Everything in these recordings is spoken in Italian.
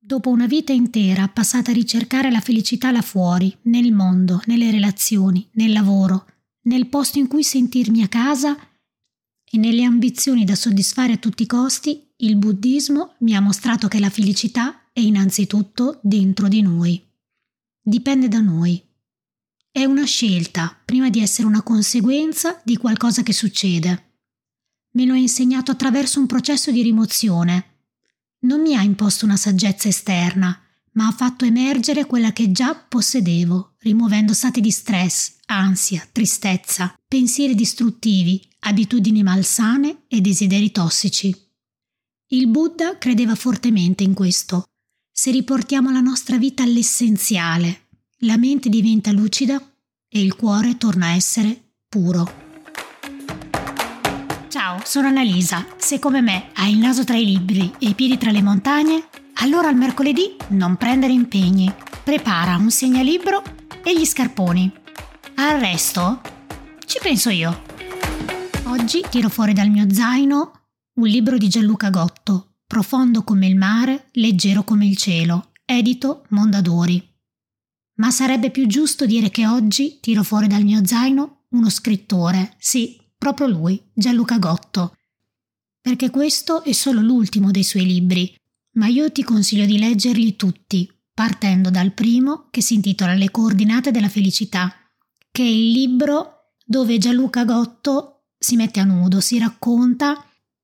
Dopo una vita intera passata a ricercare la felicità là fuori, nel mondo, nelle relazioni, nel lavoro, nel posto in cui sentirmi a casa e nelle ambizioni da soddisfare a tutti i costi, il buddismo mi ha mostrato che la felicità è innanzitutto dentro di noi. Dipende da noi. È una scelta, prima di essere una conseguenza di qualcosa che succede. Me lo ha insegnato attraverso un processo di rimozione. Non mi ha imposto una saggezza esterna, ma ha fatto emergere quella che già possedevo, rimuovendo stati di stress, ansia, tristezza, pensieri distruttivi, abitudini malsane e desideri tossici. Il Buddha credeva fortemente in questo. Se riportiamo la nostra vita all'essenziale, la mente diventa lucida e il cuore torna a essere puro. Ciao, sono Annalisa. Se come me hai il naso tra i libri e i piedi tra le montagne, allora il mercoledì non prendere impegni. Prepara un segnalibro e gli scarponi. Al resto ci penso io. Oggi tiro fuori dal mio zaino un libro di Gianluca Gotto, profondo come il mare, leggero come il cielo, edito Mondadori. Ma sarebbe più giusto dire che oggi tiro fuori dal mio zaino uno scrittore, sì, proprio lui, Gianluca Gotto, perché questo è solo l'ultimo dei suoi libri, ma io ti consiglio di leggerli tutti, partendo dal primo che si intitola Le coordinate della felicità, che è il libro dove Gianluca Gotto si mette a nudo, si racconta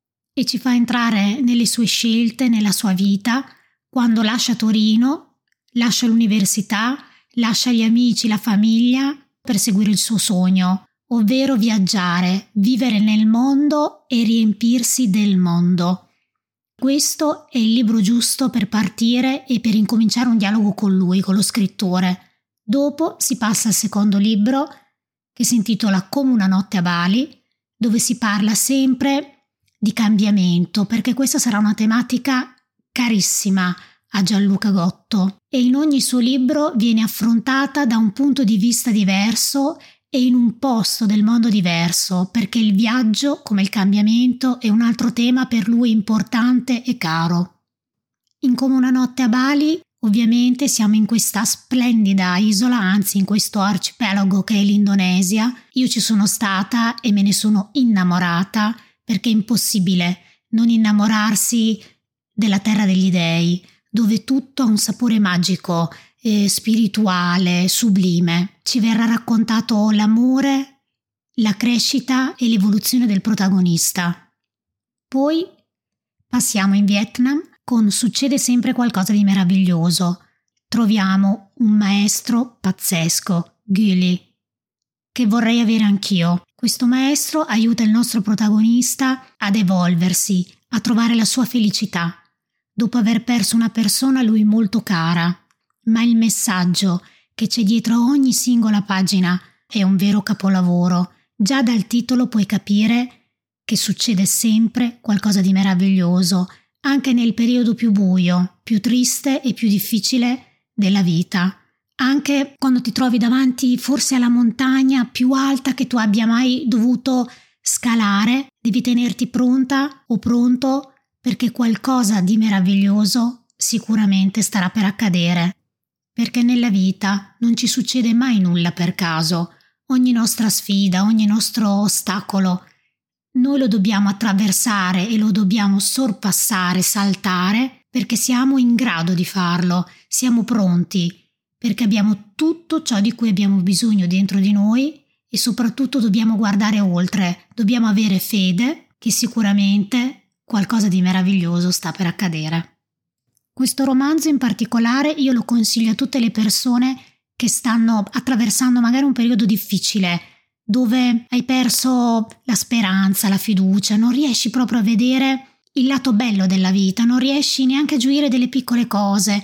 e ci fa entrare nelle sue scelte, nella sua vita, quando lascia Torino, lascia l'università, lascia gli amici, la famiglia per seguire il suo sogno, ovvero viaggiare, vivere nel mondo e riempirsi del mondo. Questo è il libro giusto per partire e per incominciare un dialogo con lui, con lo scrittore. Dopo si passa al secondo libro, che si intitola Come una notte a Bali, dove si parla sempre di cambiamento, perché questa sarà una tematica carissima a Gianluca Gotto e in ogni suo libro viene affrontata da un punto di vista diverso e in un posto del mondo diverso, perché il viaggio, come il cambiamento, è un altro tema per lui importante e caro. In Come una notte a Bali, ovviamente siamo in questa splendida isola, anzi in questo arcipelago che è l'Indonesia. Io ci sono stata e me ne sono innamorata, perché è impossibile non innamorarsi della terra degli dei, dove tutto ha un sapore magico, spirituale, sublime. Ci verrà raccontato l'amore, la crescita e l'evoluzione del protagonista. Poi passiamo in Vietnam con Succede sempre qualcosa di meraviglioso. Troviamo un maestro pazzesco, Gyuli, che vorrei avere anch'io. Questo maestro aiuta il nostro protagonista ad evolversi, a trovare la sua felicità. Dopo aver perso una persona a lui molto cara, ma il messaggio che c'è dietro a ogni singola pagina è un vero capolavoro. Già dal titolo puoi capire che succede sempre qualcosa di meraviglioso, anche nel periodo più buio, più triste e più difficile della vita. Anche quando ti trovi davanti forse alla montagna più alta che tu abbia mai dovuto scalare, devi tenerti pronta o pronto perché qualcosa di meraviglioso sicuramente starà per accadere. Perché nella vita non ci succede mai nulla per caso. Ogni nostra sfida, ogni nostro ostacolo, noi lo dobbiamo attraversare e lo dobbiamo sorpassare, saltare, perché siamo in grado di farlo, siamo pronti, perché abbiamo tutto ciò di cui abbiamo bisogno dentro di noi e soprattutto dobbiamo guardare oltre, dobbiamo avere fede che sicuramente qualcosa di meraviglioso sta per accadere. Questo romanzo in particolare io lo consiglio a tutte le persone che stanno attraversando magari un periodo difficile, dove hai perso la speranza, la fiducia, non riesci proprio a vedere il lato bello della vita, non riesci neanche a gioire delle piccole cose.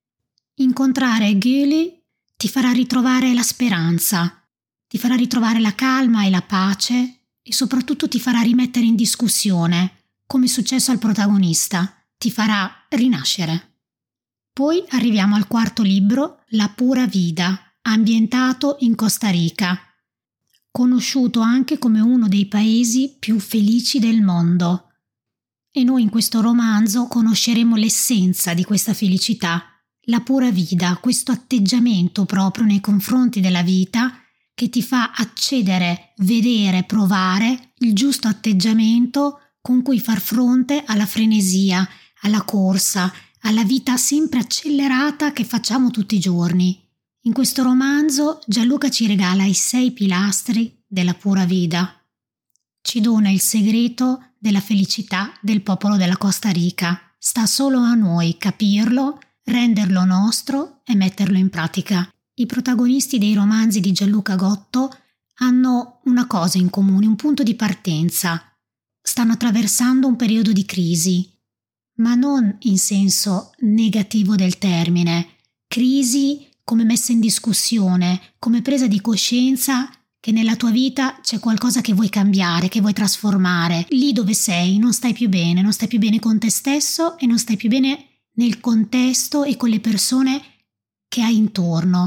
Incontrare Gyuli ti farà ritrovare la speranza, ti farà ritrovare la calma e la pace e soprattutto ti farà rimettere in discussione, come è successo al protagonista. Ti farà rinascere. Poi arriviamo al quarto libro, La pura vida, ambientato in Costa Rica, conosciuto anche come uno dei paesi più felici del mondo. E noi in questo romanzo conosceremo l'essenza di questa felicità, la pura vita, questo atteggiamento proprio nei confronti della vita che ti fa accedere, vedere, provare il giusto atteggiamento con cui far fronte alla frenesia, alla corsa, alla vita sempre accelerata che facciamo tutti i giorni. In questo romanzo Gianluca ci regala i 6 pilastri della pura vita. Ci dona il segreto della felicità del popolo della Costa Rica. Sta solo a noi capirlo, renderlo nostro e metterlo in pratica. I protagonisti dei romanzi di Gianluca Gotto hanno una cosa in comune, un punto di partenza. Stanno attraversando un periodo di crisi, ma non in senso negativo del termine. Crisi come messa in discussione, come presa di coscienza che nella tua vita c'è qualcosa che vuoi cambiare, che vuoi trasformare. Lì dove sei non stai più bene con te stesso e non stai più bene nel contesto e con le persone che hai intorno.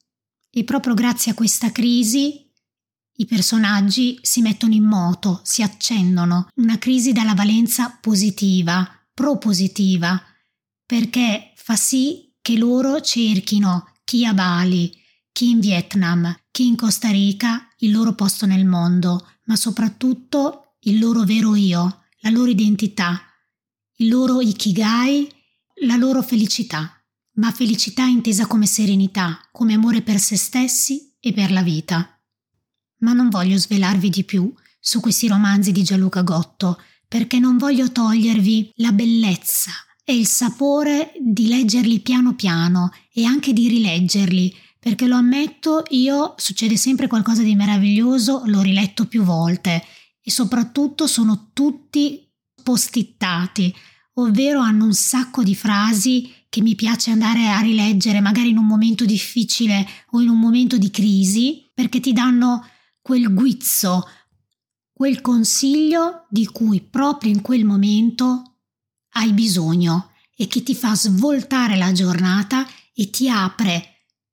E proprio grazie a questa crisi i personaggi si mettono in moto, si accendono. Una crisi dalla valenza positiva, propositiva, perché fa sì che loro cerchino chi a Bali, chi in Vietnam, chi in Costa Rica, il loro posto nel mondo, ma soprattutto il loro vero io, la loro identità, il loro ikigai, la loro felicità, ma felicità intesa come serenità, come amore per se stessi e per la vita. Ma non voglio svelarvi di più su questi romanzi di Gianluca Gotto, perché non voglio togliervi la bellezza e il sapore di leggerli piano piano e anche di rileggerli, perché lo ammetto, io succede sempre qualcosa di meraviglioso, l'ho riletto più volte e soprattutto sono tutti postittati, ovvero hanno un sacco di frasi che mi piace andare a rileggere magari in un momento difficile o in un momento di crisi, perché ti danno quel guizzo, quel consiglio di cui proprio in quel momento hai bisogno e che ti fa svoltare la giornata e ti apre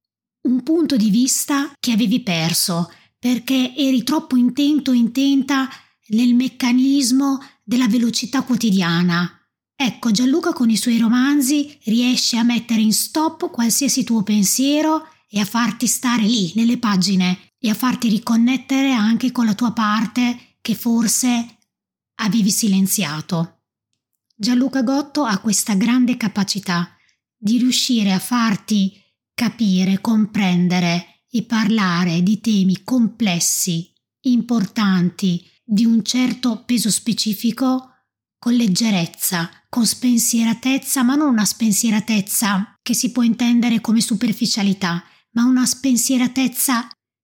un punto di vista che avevi perso perché eri troppo intento o intenta nel meccanismo della velocità quotidiana. Ecco, Gianluca con i suoi romanzi riesce a mettere in stop qualsiasi tuo pensiero e a farti stare lì nelle pagine e a farti riconnettere anche con la tua parte che forse avevi silenziato. Gianluca Gotto ha questa grande capacità di riuscire a farti capire, comprendere e parlare di temi complessi, importanti, di un certo peso specifico, con leggerezza, con spensieratezza, ma non una spensieratezza che si può intendere come superficialità, ma una spensieratezza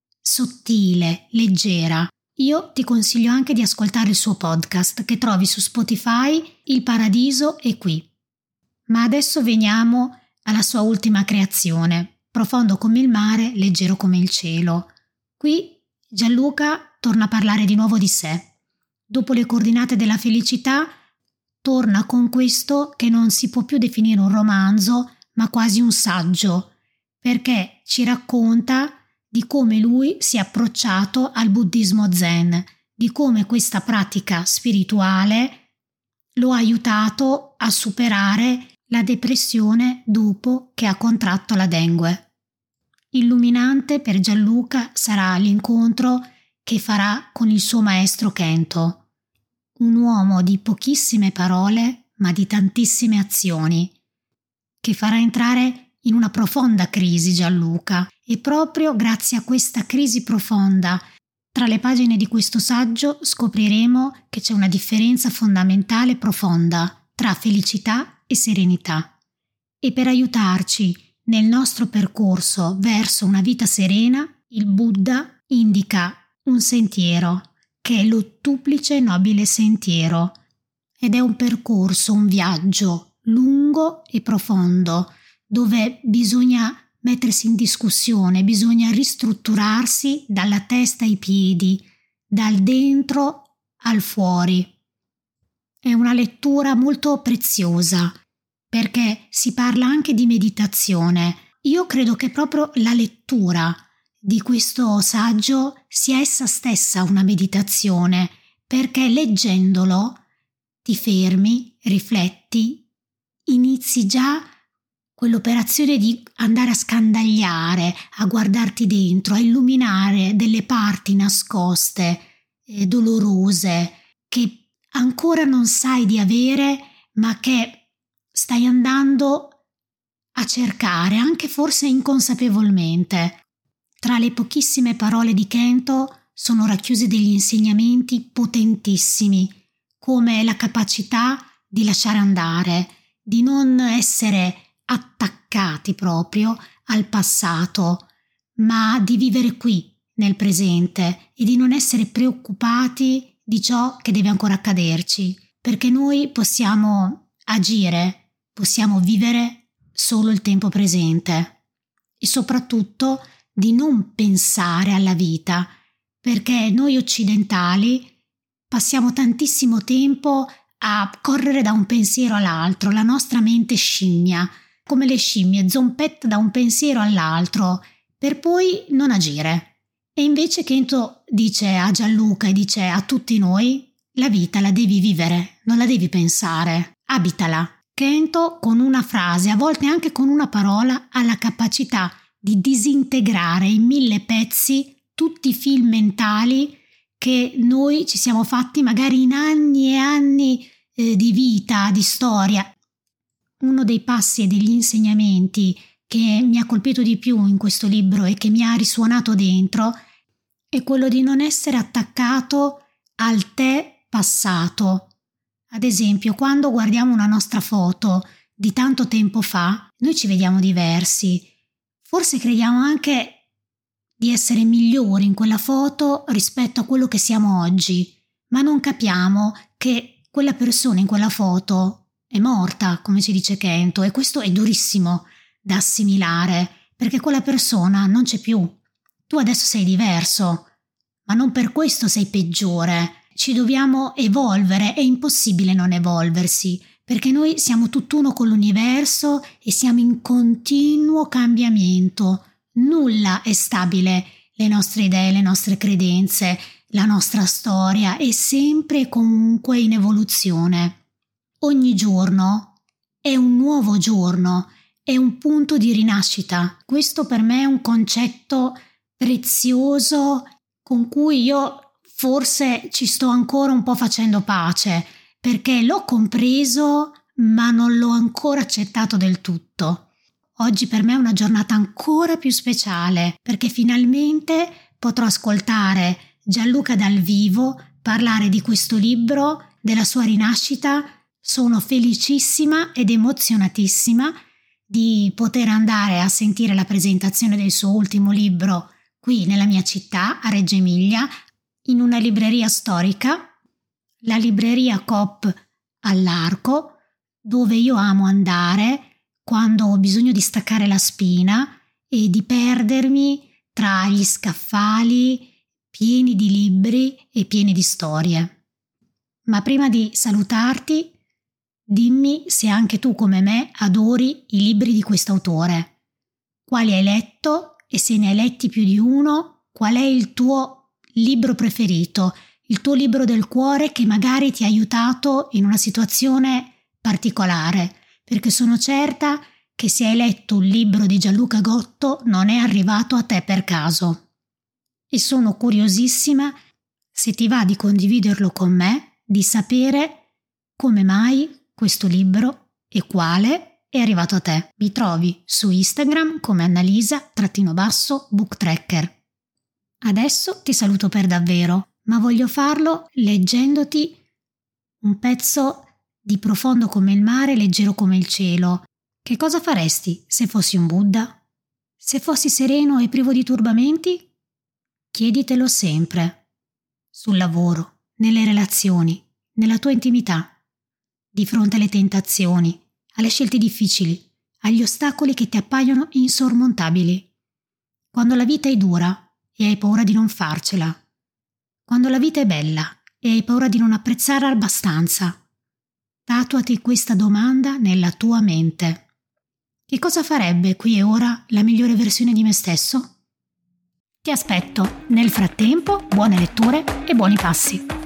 sottile, leggera. Io ti consiglio anche di ascoltare il suo podcast che trovi su Spotify, Il Paradiso è qui. Ma adesso veniamo alla sua ultima creazione, profondo come il mare, leggero come il cielo. Qui Gianluca torna a parlare di nuovo di sé. Dopo le coordinate della felicità, torna con questo che non si può più definire un romanzo, ma quasi un saggio, perché ci racconta di come lui si è approcciato al buddismo zen, di come questa pratica spirituale lo ha aiutato a superare la depressione dopo che ha contratto la dengue. Illuminante per Gianluca sarà l'incontro che farà con il suo maestro Kento, un uomo di pochissime parole ma di tantissime azioni, che farà entrare in una profonda crisi Gianluca e proprio grazie a questa crisi profonda tra le pagine di questo saggio scopriremo che c'è una differenza fondamentale e profonda tra felicità e serenità. E per aiutarci nel nostro percorso verso una vita serena, il Buddha indica un sentiero che è l'ottuplice nobile sentiero ed è un percorso, un viaggio lungo e profondo dove bisogna mettersi in discussione, bisogna ristrutturarsi dalla testa ai piedi, dal dentro al fuori. È una lettura molto preziosa perché si parla anche di meditazione. Io credo che proprio la lettura di questo saggio sia essa stessa una meditazione, perché leggendolo ti fermi, rifletti, inizi già quell'operazione di andare a scandagliare, a guardarti dentro, a illuminare delle parti nascoste, dolorose, che ancora non sai di avere, ma che stai andando a cercare, anche forse inconsapevolmente. Tra le pochissime parole di Kento sono racchiusi degli insegnamenti potentissimi, come la capacità di lasciare andare, di non essere attaccati proprio al passato, ma di vivere qui nel presente e di non essere preoccupati di ciò che deve ancora accaderci, perché noi possiamo agire, possiamo vivere solo il tempo presente e soprattutto di non pensare alla vita, perché noi occidentali passiamo tantissimo tempo a correre da un pensiero all'altro, la nostra mente scimmia, come le scimmie, zompetta da un pensiero all'altro, per poi non agire. E invece Kento dice a Gianluca e dice a tutti noi, la vita la devi vivere, non la devi pensare, abitala. Kento con una frase, a volte anche con una parola, ha la capacità di disintegrare in 1000 pezzi tutti i film mentali che noi ci siamo fatti magari in anni e anni di vita, di storia. Uno dei passi e degli insegnamenti che mi ha colpito di più in questo libro e che mi ha risuonato dentro è quello di non essere attaccato al te passato. Ad esempio, quando guardiamo una nostra foto di tanto tempo fa, noi ci vediamo diversi. Forse crediamo anche di essere migliori in quella foto rispetto a quello che siamo oggi, ma non capiamo che quella persona in quella foto è morta, come ci dice Kento, e questo è durissimo da assimilare, perché quella persona non c'è più. Tu adesso sei diverso, ma non per questo sei peggiore. Ci dobbiamo evolvere, è impossibile non evolversi, perché noi siamo tutt'uno con l'universo e siamo in continuo cambiamento. Nulla è stabile, le nostre idee, le nostre credenze, la nostra storia è sempre e comunque in evoluzione. Ogni giorno è un nuovo giorno, è un punto di rinascita. Questo per me è un concetto prezioso con cui io forse ci sto ancora un po' facendo pace, perché l'ho compreso ma non l'ho ancora accettato del tutto. Oggi per me è una giornata ancora più speciale, perché finalmente potrò ascoltare Gianluca dal vivo parlare di questo libro, della sua rinascita. Sono felicissima ed emozionatissima di poter andare a sentire la presentazione del suo ultimo libro qui nella mia città, a Reggio Emilia, in una libreria storica, la libreria Coop all'Arco, dove io amo andare quando ho bisogno di staccare la spina e di perdermi tra gli scaffali pieni di libri e pieni di storie. Ma prima di salutarti, dimmi se anche tu come me adori i libri di quest'autore. Quali hai letto e se ne hai letti più di uno, qual è il tuo libro preferito, il tuo libro del cuore che magari ti ha aiutato in una situazione particolare, perché sono certa che se hai letto un libro di Gianluca Gotto non è arrivato a te per caso. E sono curiosissima, se ti va di condividerlo con me, di sapere come mai questo libro e quale è arrivato a te. Mi trovi su Instagram come Annalisa_booktracker. Adesso ti saluto per davvero, ma voglio farlo leggendoti un pezzo di profondo come il mare, leggero come il cielo. Che cosa faresti se fossi un Buddha? Se fossi sereno e privo di turbamenti? Chieditelo sempre. Sul lavoro, nelle relazioni, nella tua intimità. Di fronte alle tentazioni, alle scelte difficili, agli ostacoli che ti appaiono insormontabili. Quando la vita è dura e hai paura di non farcela. Quando la vita è bella e hai paura di non apprezzarla abbastanza. Tatuati questa domanda nella tua mente. Che cosa farebbe qui e ora la migliore versione di me stesso? Ti aspetto. Nel frattempo, buone letture e buoni passi.